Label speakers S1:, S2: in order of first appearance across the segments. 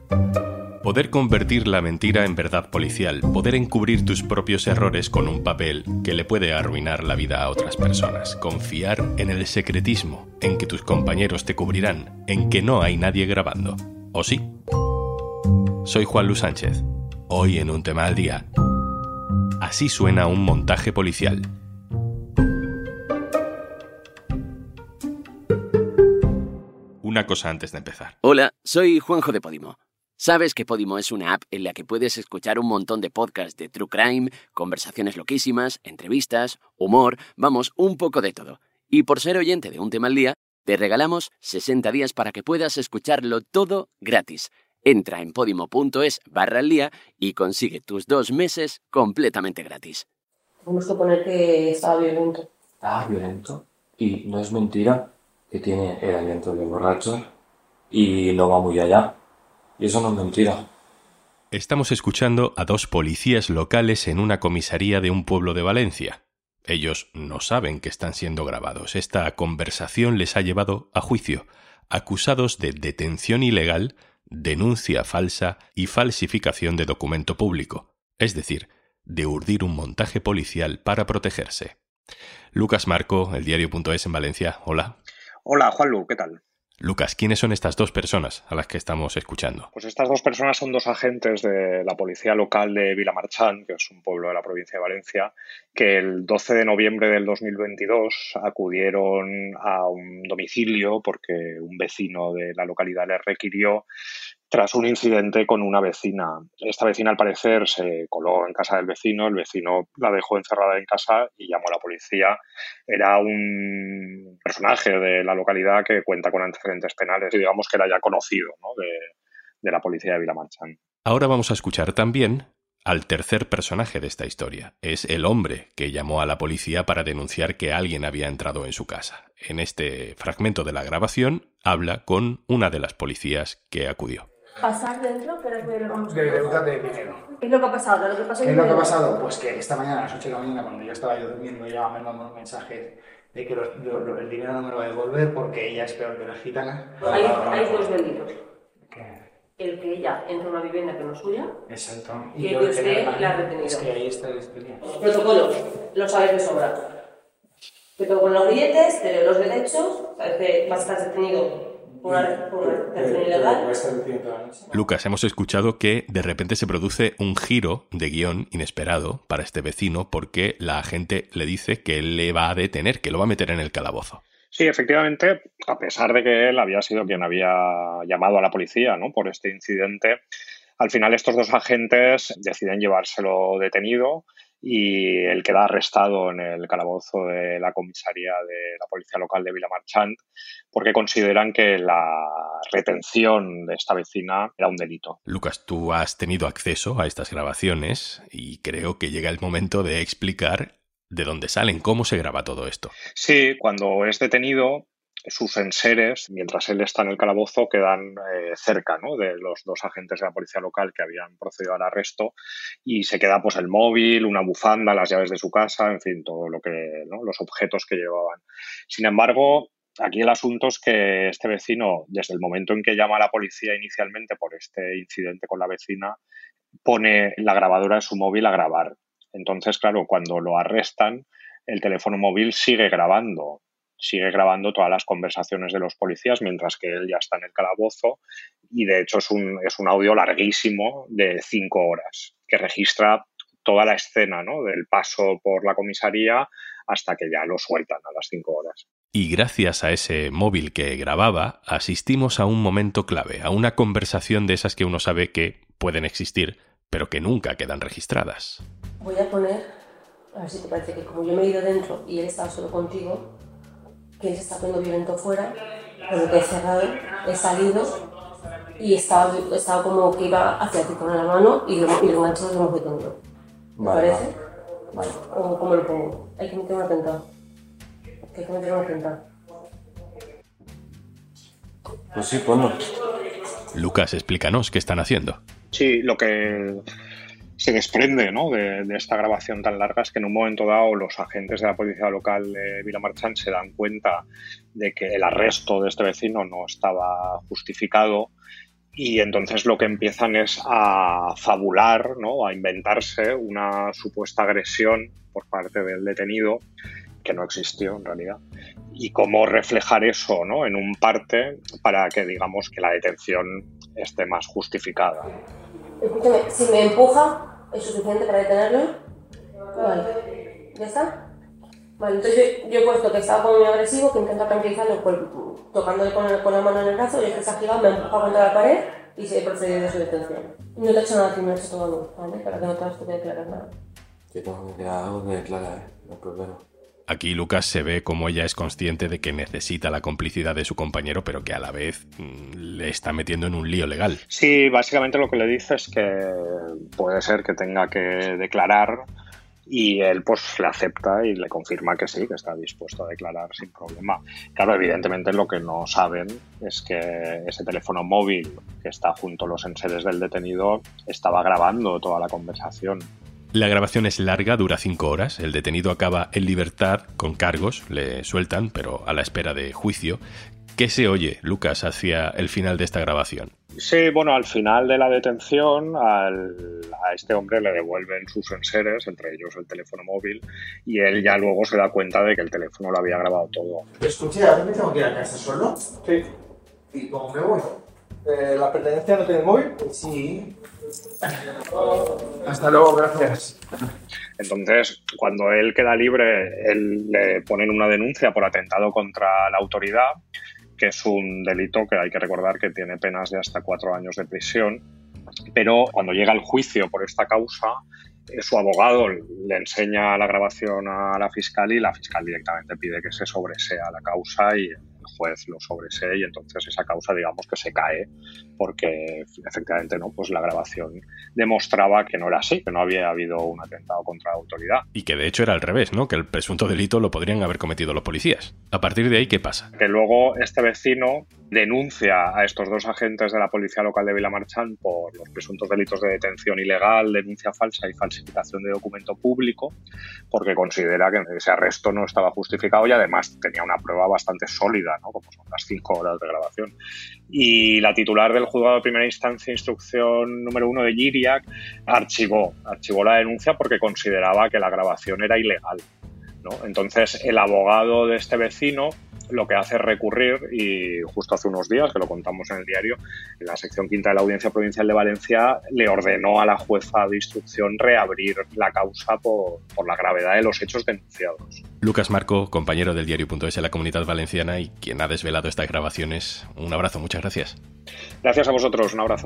S1: Poder convertir la mentira en verdad policial, poder encubrir tus propios errores con un papel que le puede arruinar la vida a otras personas, confiar en el secretismo, en que tus compañeros te cubrirán, en que no hay nadie grabando. ¿O sí? Soy Juan Luis Sánchez. Hoy en Un Tema al Día. Así suena un montaje policial. Una cosa antes de empezar.
S2: Hola, soy Juanjo de Podimo. ¿Sabes que Podimo es una app en la que puedes escuchar un montón de podcasts de true crime, conversaciones loquísimas, entrevistas, humor, vamos, un poco de todo? Y por ser oyente de Un Tema al Día, te regalamos 60 días para que puedas escucharlo todo gratis. Entra en podimo.es/aldía y consigue tus 2 meses completamente gratis.
S3: Vamos a suponer que estaba violento.
S4: ¿Estaba violento? Y no es mentira que tiene el aliento de borracho y no va muy allá. Y eso no es mentira.
S1: Estamos escuchando a 2 policías locales en una comisaría de un pueblo de Valencia. Ellos no saben que están siendo grabados. Esta conversación les ha llevado a juicio, acusados de detención ilegal, denuncia falsa y falsificación de documento público, es decir, de urdir un montaje policial para protegerse. Lucas Marco, el diario.es en Valencia. Hola.
S5: Hola, Juanlu, ¿qué tal?
S1: Lucas, ¿quiénes son estas 2 personas a las que estamos escuchando?
S5: Pues estas 2 personas son 2 agentes de la policía local de Vilamarchant, que es un pueblo de la provincia de Valencia, que el 12 de noviembre del 2022 acudieron a un domicilio porque un vecino de la localidad les requirió tras un incidente con una vecina. Esta vecina, al parecer, se coló en casa del vecino, el vecino la dejó encerrada en casa y llamó a la policía. Era un personaje de la localidad que cuenta con antecedentes penales y digamos que era ya conocido, ¿no?, de la policía de Vilamarchant.
S1: Ahora vamos a escuchar también al tercer personaje de esta historia. Es el hombre que llamó a la policía para denunciar que alguien había entrado en su casa. En este fragmento de la grabación habla con una de las policías que acudió.
S3: ¿Pasar dentro? ¿Qué vamos
S6: De deuda de dinero.
S3: ¿Qué es lo que ha pasado? ¿Qué
S6: ¿Qué es lo que ha pasado? Pues que esta mañana a las 8 de la mañana, cuando yo estaba durmiendo, ella me mandó unos mensajes de que el dinero no me lo va a devolver porque ella es peor que las gitanas.
S3: Hay 2 delitos.
S6: ¿Qué?
S3: El que ella entra a una vivienda que no es suya.
S6: Exacto.
S3: Y que usted la ha retenido.
S6: Es que ahí está la historia.
S3: Protocolo, lo sabes de sobra. Pero con los grilletes, te leo los derechos, sabes que vas a estar detenido por una detención ilegal.
S1: Lucas, hemos escuchado que de repente se produce un giro de guión inesperado para este vecino porque la agente le dice que él le va a detener, que lo va a meter en el calabozo.
S5: Sí, efectivamente, a pesar de que él había sido quien había llamado a la policía, ¿no?, por este incidente, al final estos 2 agentes deciden llevárselo detenido y él queda arrestado en el calabozo de la comisaría de la policía local de Vilamarchant porque consideran que la retención de esta vecina era un delito.
S1: Lucas, tú has tenido acceso a estas grabaciones y creo que llega el momento de explicar de dónde salen, cómo se graba todo esto.
S5: Sí, cuando es detenido, sus enseres, mientras él está en el calabozo, quedan cerca, ¿no?, de los 2 agentes de la policía local que habían procedido al arresto y se queda pues el móvil, una bufanda, las llaves de su casa, en fin, todo lo que, ¿no?, los objetos que llevaban. Sin embargo, aquí el asunto es que este vecino, desde el momento en que llama a la policía inicialmente por este incidente con la vecina, pone la grabadora de su móvil a grabar. Entonces, claro, cuando lo arrestan, el teléfono móvil sigue grabando todas las conversaciones de los policías mientras que él ya está en el calabozo y de hecho es un audio larguísimo de 5 horas que registra toda la escena, ¿no?, del paso por la comisaría hasta que ya lo sueltan a las 5 horas.
S1: Y gracias a ese móvil que grababa, asistimos a un momento clave, a una conversación de esas que uno sabe que pueden existir, pero que nunca quedan registradas.
S3: Voy a poner, a ver si te parece que como yo me he ido dentro y él estaba solo contigo, que él se está poniendo violento fuera, cuando te he cerrado, he salido y estaba como que iba hacia ti con la mano y lo engancho lo hemos detenido. ¿Te parece?
S4: Vale.
S3: ¿O cómo lo pongo? Hay que meter un atentado. Hay que meter un atentado.
S4: Pues sí, ponlo.
S1: Lucas, explícanos qué están haciendo.
S5: Sí, lo que se desprende, ¿no?, de esta grabación tan larga es que en un momento dado los agentes de la policía local de Vilamarchant se dan cuenta de que el arresto de este vecino no estaba justificado y entonces lo que empiezan es a fabular, ¿no? A inventarse una supuesta agresión por parte del detenido que no existió en realidad, y cómo reflejar eso, ¿no? En un parte para que digamos que la detención esté más justificada.
S3: Escúchame, si me empuja, ¿es suficiente para detenerlo? Vale. ¿Ya está? Vale, entonces yo he puesto que estaba como muy agresivo, que intenta tranquilizarlo tocándole con la mano en el brazo, y el que se ha girado me ha empujado contra la pared y se ha procedido a su detención. No te he hecho nada, me lo he hecho todo a mí, ¿vale? Para que no tengas que declarar nada.
S4: Que tengo que declarar algo que declarar, no hay problema.
S1: Aquí Lucas se ve como ella es consciente de que necesita la complicidad de su compañero, pero que a la vez le está metiendo en un lío legal.
S5: Sí, básicamente lo que le dice es que puede ser que tenga que declarar, y él pues le acepta y le confirma que sí, que está dispuesto a declarar sin problema. Claro, evidentemente lo que no saben es que ese teléfono móvil que está junto a los enseres del detenido estaba grabando toda la conversación.
S1: La grabación es larga, dura 5 horas. El detenido acaba en libertad con cargos, le sueltan, pero a la espera de juicio. ¿Qué se oye, Lucas, hacia el final de esta grabación?
S5: Sí, bueno, al final de la detención a este hombre le devuelven sus enseres, entre ellos el teléfono móvil, y él ya luego se da cuenta de que el teléfono lo había grabado todo.
S6: Escuché, ¿a mí me tengo que ir a casa solo?
S7: Sí.
S6: ¿Y cómo me voy?
S7: ¿La pertenencia no tiene móvil?
S6: Sí. Hasta luego, gracias.
S5: Entonces, cuando él queda libre, él le ponen una denuncia por atentado contra la autoridad, que es un delito que hay que recordar que tiene penas de hasta 4 años de prisión. Pero cuando llega el juicio por esta causa, su abogado le enseña la grabación a la fiscal, y la fiscal directamente pide que se sobresea la causa, y el juez lo sobresee, y entonces esa causa, digamos, que se cae, porque efectivamente no, pues la grabación demostraba que no era así, que no había habido un atentado contra la autoridad.
S1: Y que de hecho era al revés, ¿no? Que el presunto delito lo podrían haber cometido los policías. A partir de ahí, ¿qué pasa?
S5: Que luego este vecino denuncia a estos 2 agentes de la policía local de Vilamarchant por los presuntos delitos de detención ilegal, denuncia falsa y falsificación de documento público, porque considera que ese arresto no estaba justificado, y además tenía una prueba bastante sólida, ¿no? Como son las 5 horas de grabación. Y la titular del juzgado de primera instancia, instrucción número 1 de Llíriac, archivó la denuncia porque consideraba que la grabación era ilegal, ¿no? Entonces el abogado de este vecino lo que hace es recurrir, y justo hace unos días, que lo contamos en el diario, en la sección 5ª de la Audiencia Provincial de Valencia le ordenó a la jueza de instrucción reabrir la causa por la gravedad de los hechos denunciados.
S1: Lucas Marco, compañero del diario.es en la Comunidad Valenciana y quien ha desvelado estas grabaciones. Un abrazo, muchas gracias.
S5: Gracias a vosotros, un abrazo.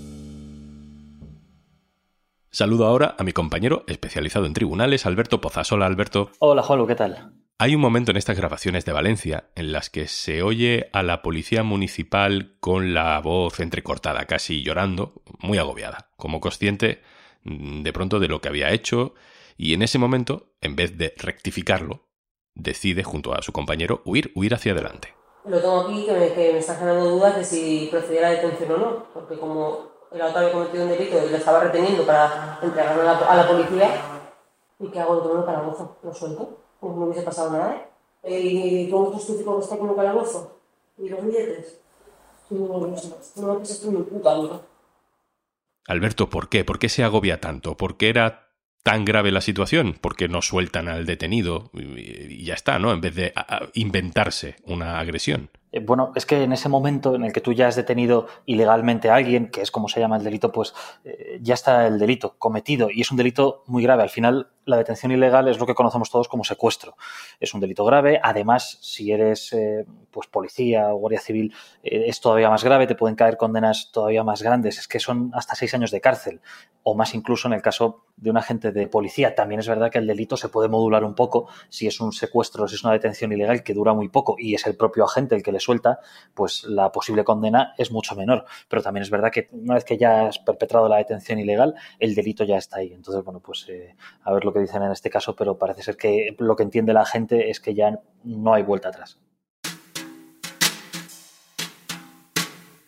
S1: Saludo ahora a mi compañero especializado en tribunales, Alberto Pozas. Hola, Alberto.
S8: Hola, Juanlu, ¿qué tal?
S1: Hay un momento en estas grabaciones de Valencia en las que se oye a la policía municipal con la voz entrecortada, casi llorando, muy agobiada, como consciente de pronto de lo que había hecho, y en ese momento, en vez de rectificarlo, decide junto a su compañero huir hacia adelante.
S3: Lo tengo aquí que me está generando dudas de si procedía a la detención o no, porque como el autor había cometido un delito y lo estaba reteniendo para entregarlo a la policía, ¿y qué hago? Lo tomo en el calabozo, lo suelto. Pues no hubiese pasado nada, ¿eh? ¿Y cómo justifico que está como calabozo? ¿Y los billetes? No, que estoy muy puta, ¿no?
S1: Alberto, ¿por qué? ¿Por qué se agobia tanto? ¿Por qué era tan grave la situación? ¿Por qué no sueltan al detenido y ya está, ¿no? En vez de inventarse una agresión.
S8: Bueno, es que en ese momento en el que tú ya has detenido ilegalmente a alguien, que es como se llama el delito, pues ya está el delito cometido, y es un delito muy grave. Al final, la detención ilegal es lo que conocemos todos como secuestro. Es un delito grave. Además, si eres pues policía o guardia civil, es todavía más grave, te pueden caer condenas todavía más grandes. Es que son hasta 6 años de cárcel, o más incluso en el caso de un agente de policía. También es verdad que el delito se puede modular un poco si es un secuestro, si es una detención ilegal que dura muy poco y es el propio agente el que le suelta, pues la posible condena es mucho menor. Pero también es verdad que una vez que ya has perpetrado la detención ilegal, el delito ya está ahí. Entonces, bueno, pues a ver lo que dicen en este caso, pero parece ser que lo que entiende la gente es que ya no hay vuelta atrás.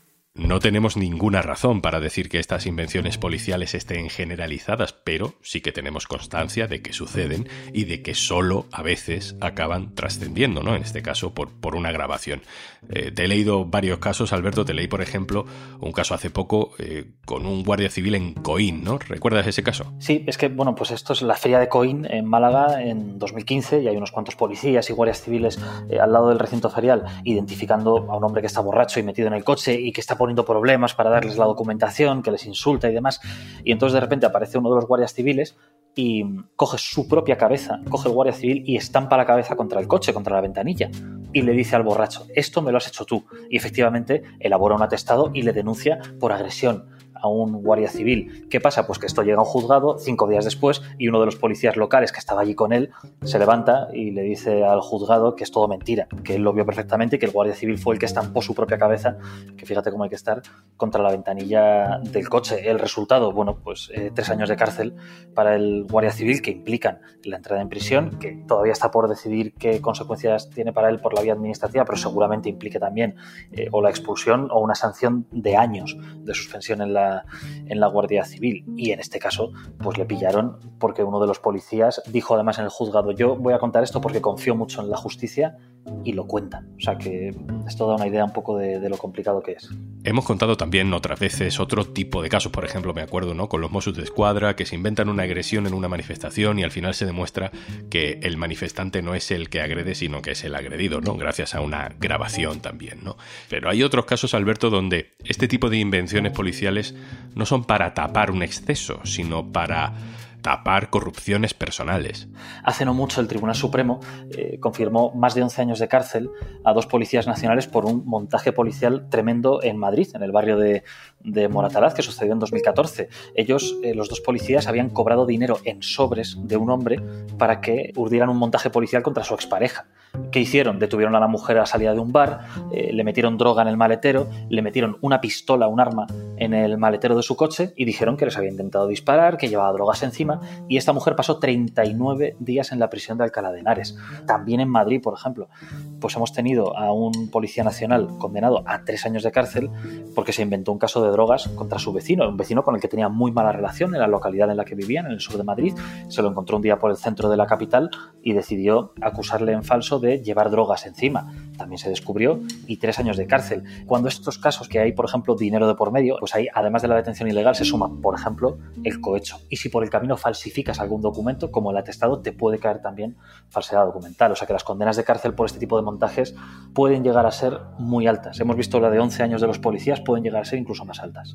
S1: No tenemos ninguna razón para decir que estas invenciones policiales estén generalizadas, pero sí que tenemos constancia de que suceden y de que solo a veces acaban trascendiendo, ¿no? En este caso, por una grabación. Te he leído varios casos, Alberto. Te leí, por ejemplo, un caso hace poco con un guardia civil en Coín, ¿no? ¿Recuerdas ese caso?
S8: Sí, es que, bueno, pues esto es la feria de Coín en Málaga en 2015 y hay unos cuantos policías y guardias civiles al lado del recinto ferial identificando a un hombre que está borracho y metido en el coche y que está poniendo problemas para darles la documentación, que les insulta y demás. Y entonces de repente aparece uno de los guardias civiles y coge su propia cabeza, coge el guardia civil y estampa la cabeza contra el coche, contra la ventanilla, y le dice al borracho: esto me lo has hecho tú. Y efectivamente elabora un atestado y le denuncia por agresión a un guardia civil. ¿Qué pasa? Pues que esto llega a un juzgado 5 días después y uno de los policías locales que estaba allí con él se levanta y le dice al juzgado que es todo mentira, que él lo vio perfectamente y que el guardia civil fue el que estampó su propia cabeza, que fíjate cómo hay que estar, contra la ventanilla del coche. El resultado, bueno, pues 3 años de cárcel para el guardia civil, que implican la entrada en prisión, que todavía está por decidir qué consecuencias tiene para él por la vía administrativa, pero seguramente implique también o la expulsión o una sanción de años de suspensión en la Guardia Civil. Y en este caso pues le pillaron porque uno de los policías dijo además en el juzgado: yo voy a contar esto porque confío mucho en la justicia, y lo cuentan. O sea que esto da una idea un poco de lo complicado que es.
S1: Hemos contado también otras veces otro tipo de casos, por ejemplo, me acuerdo, ¿no?, con los Mossos d'Esquadra, que se inventan una agresión en una manifestación y al final se demuestra que el manifestante no es el que agrede, sino que es el agredido, ¿no?, gracias a una grabación también, ¿no? Pero hay otros casos, Alberto, donde este tipo de invenciones policiales no son para tapar un exceso, sino para tapar corrupciones personales.
S8: Hace no mucho el Tribunal Supremo confirmó más de 11 años de cárcel a 2 policías nacionales por un montaje policial tremendo en Madrid, en el barrio de Moratalaz, que sucedió en 2014. Ellos, los 2 policías, habían cobrado dinero en sobres de un hombre para que urdieran un montaje policial contra su expareja. ¿Qué hicieron? Detuvieron a la mujer a la salida de un bar, le metieron droga en el maletero, le metieron una pistola, un arma, en el maletero de su coche y dijeron que les había intentado disparar, que llevaba drogas encima, y esta mujer pasó 39 días en la prisión de Alcalá de Henares. También en Madrid, por ejemplo, pues hemos tenido a un policía nacional condenado a 3 años de cárcel porque se inventó un caso de drogas contra su vecino, un vecino con el que tenía muy mala relación en la localidad en la que vivían, en el sur de Madrid. Se lo encontró un día por el centro de la capital y decidió acusarle en falso de llevar drogas encima. También se descubrió y 3 años de cárcel. Cuando estos casos que hay, por ejemplo, dinero de por medio, pues ahí, además de la detención ilegal, se suma, por ejemplo, el cohecho. Y si por el camino falsificas algún documento, como el atestado, te puede caer también falsedad documental. O sea que las condenas de cárcel por este tipo de montajes pueden llegar a ser muy altas. Hemos visto la de 11 años de los policías, pueden llegar a ser incluso más altas.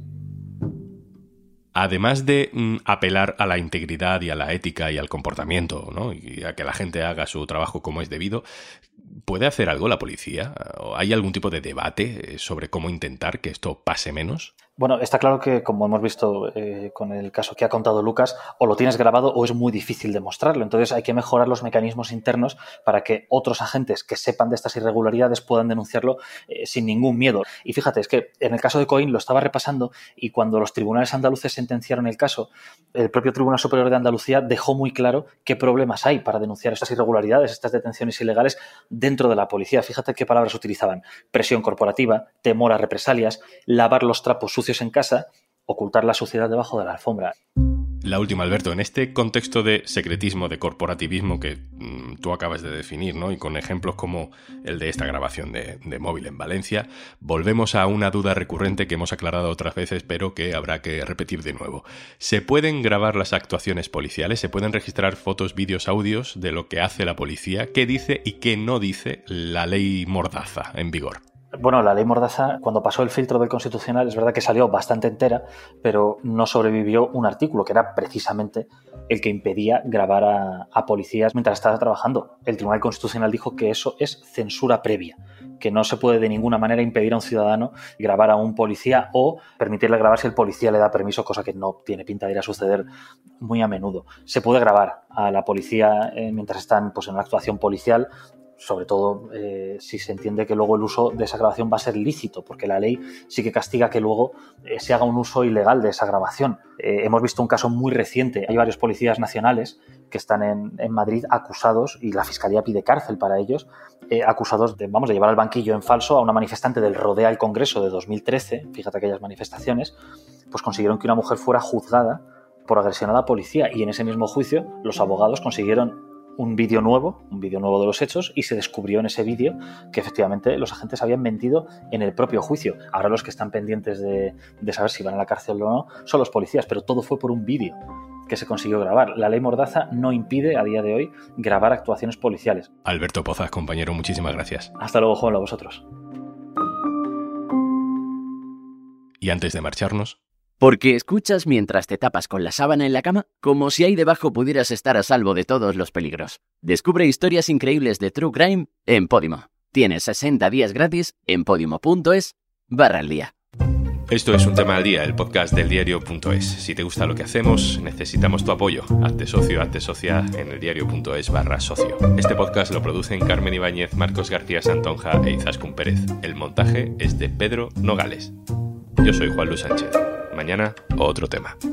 S1: Además de apelar a la integridad y a la ética y al comportamiento, ¿no?, y a que la gente haga su trabajo como es debido, ¿puede hacer algo la policía? ¿Hay algún tipo de debate sobre cómo intentar que esto pase menos?
S8: Bueno, está claro que, como hemos visto con el caso que ha contado Lucas, o lo tienes grabado o es muy difícil demostrarlo. Entonces hay que mejorar los mecanismos internos para que otros agentes que sepan de estas irregularidades puedan denunciarlo sin ningún miedo. Y fíjate, es que en el caso de Coín lo estaba repasando y cuando los tribunales andaluces sentenciaron el caso, el propio Tribunal Superior de Andalucía dejó muy claro qué problemas hay para denunciar estas irregularidades, estas detenciones ilegales dentro de la policía. Fíjate qué palabras utilizaban: presión corporativa, temor a represalias, lavar los trapos sucios en casa, ocultar la suciedad debajo de la alfombra.
S1: La última, Alberto, en este contexto de secretismo, de corporativismo que tú acabas de definir, ¿no?, y con ejemplos como el de esta grabación de móvil en Valencia, volvemos a una duda recurrente que hemos aclarado otras veces, pero que habrá que repetir de nuevo. ¿Se pueden grabar las actuaciones policiales? ¿Se pueden registrar fotos, vídeos, audios de lo que hace la policía? ¿Qué dice y qué no dice la ley Mordaza en vigor?
S8: Bueno, la ley Mordaza, cuando pasó el filtro del Constitucional, es verdad que salió bastante entera, pero no sobrevivió un artículo que era precisamente el que impedía grabar a policías mientras estaba trabajando. El Tribunal Constitucional dijo que eso es censura previa, que no se puede de ninguna manera impedir a un ciudadano grabar a un policía o permitirle grabar si el policía le da permiso, cosa que no tiene pinta de ir a suceder muy a menudo. Se puede grabar a la policía mientras están pues, en una actuación policial, sobre todo si se entiende que luego el uso de esa grabación va a ser lícito, porque la ley sí que castiga que luego se haga un uso ilegal de esa grabación. Hemos visto un caso muy reciente, hay varios policías nacionales que están en Madrid acusados, y la Fiscalía pide cárcel para ellos, acusados de llevar al banquillo en falso a una manifestante del Rodea el Congreso de 2013, fíjate aquellas manifestaciones, pues consiguieron que una mujer fuera juzgada por agresión a la policía, y en ese mismo juicio los abogados consiguieron un vídeo nuevo de los hechos, y se descubrió en ese vídeo que efectivamente los agentes habían mentido en el propio juicio. Ahora los que están pendientes de saber si van a la cárcel o no son los policías, pero todo fue por un vídeo que se consiguió grabar. La ley Mordaza no impide a día de hoy grabar actuaciones policiales.
S1: Alberto Pozas, compañero, muchísimas gracias.
S8: Hasta luego, Juan, a vosotros.
S1: Y antes de marcharnos...
S2: Porque escuchas mientras te tapas con la sábana en la cama, como si ahí debajo pudieras estar a salvo de todos los peligros. Descubre historias increíbles de True Crime en Podimo. Tienes 60 días gratis en podimo.es/aldía.
S1: Esto es Un Tema al Día, el podcast del diario.es. Si te gusta lo que hacemos, necesitamos tu apoyo. Hazte socio, hazte socia en eldiario.es/socio. Este podcast lo producen Carmen Ibáñez, Marcos García Santonja e Izaskun Pérez. El montaje es de Pedro Nogales. Yo soy Juan Luis Sánchez. Mañana, otro tema.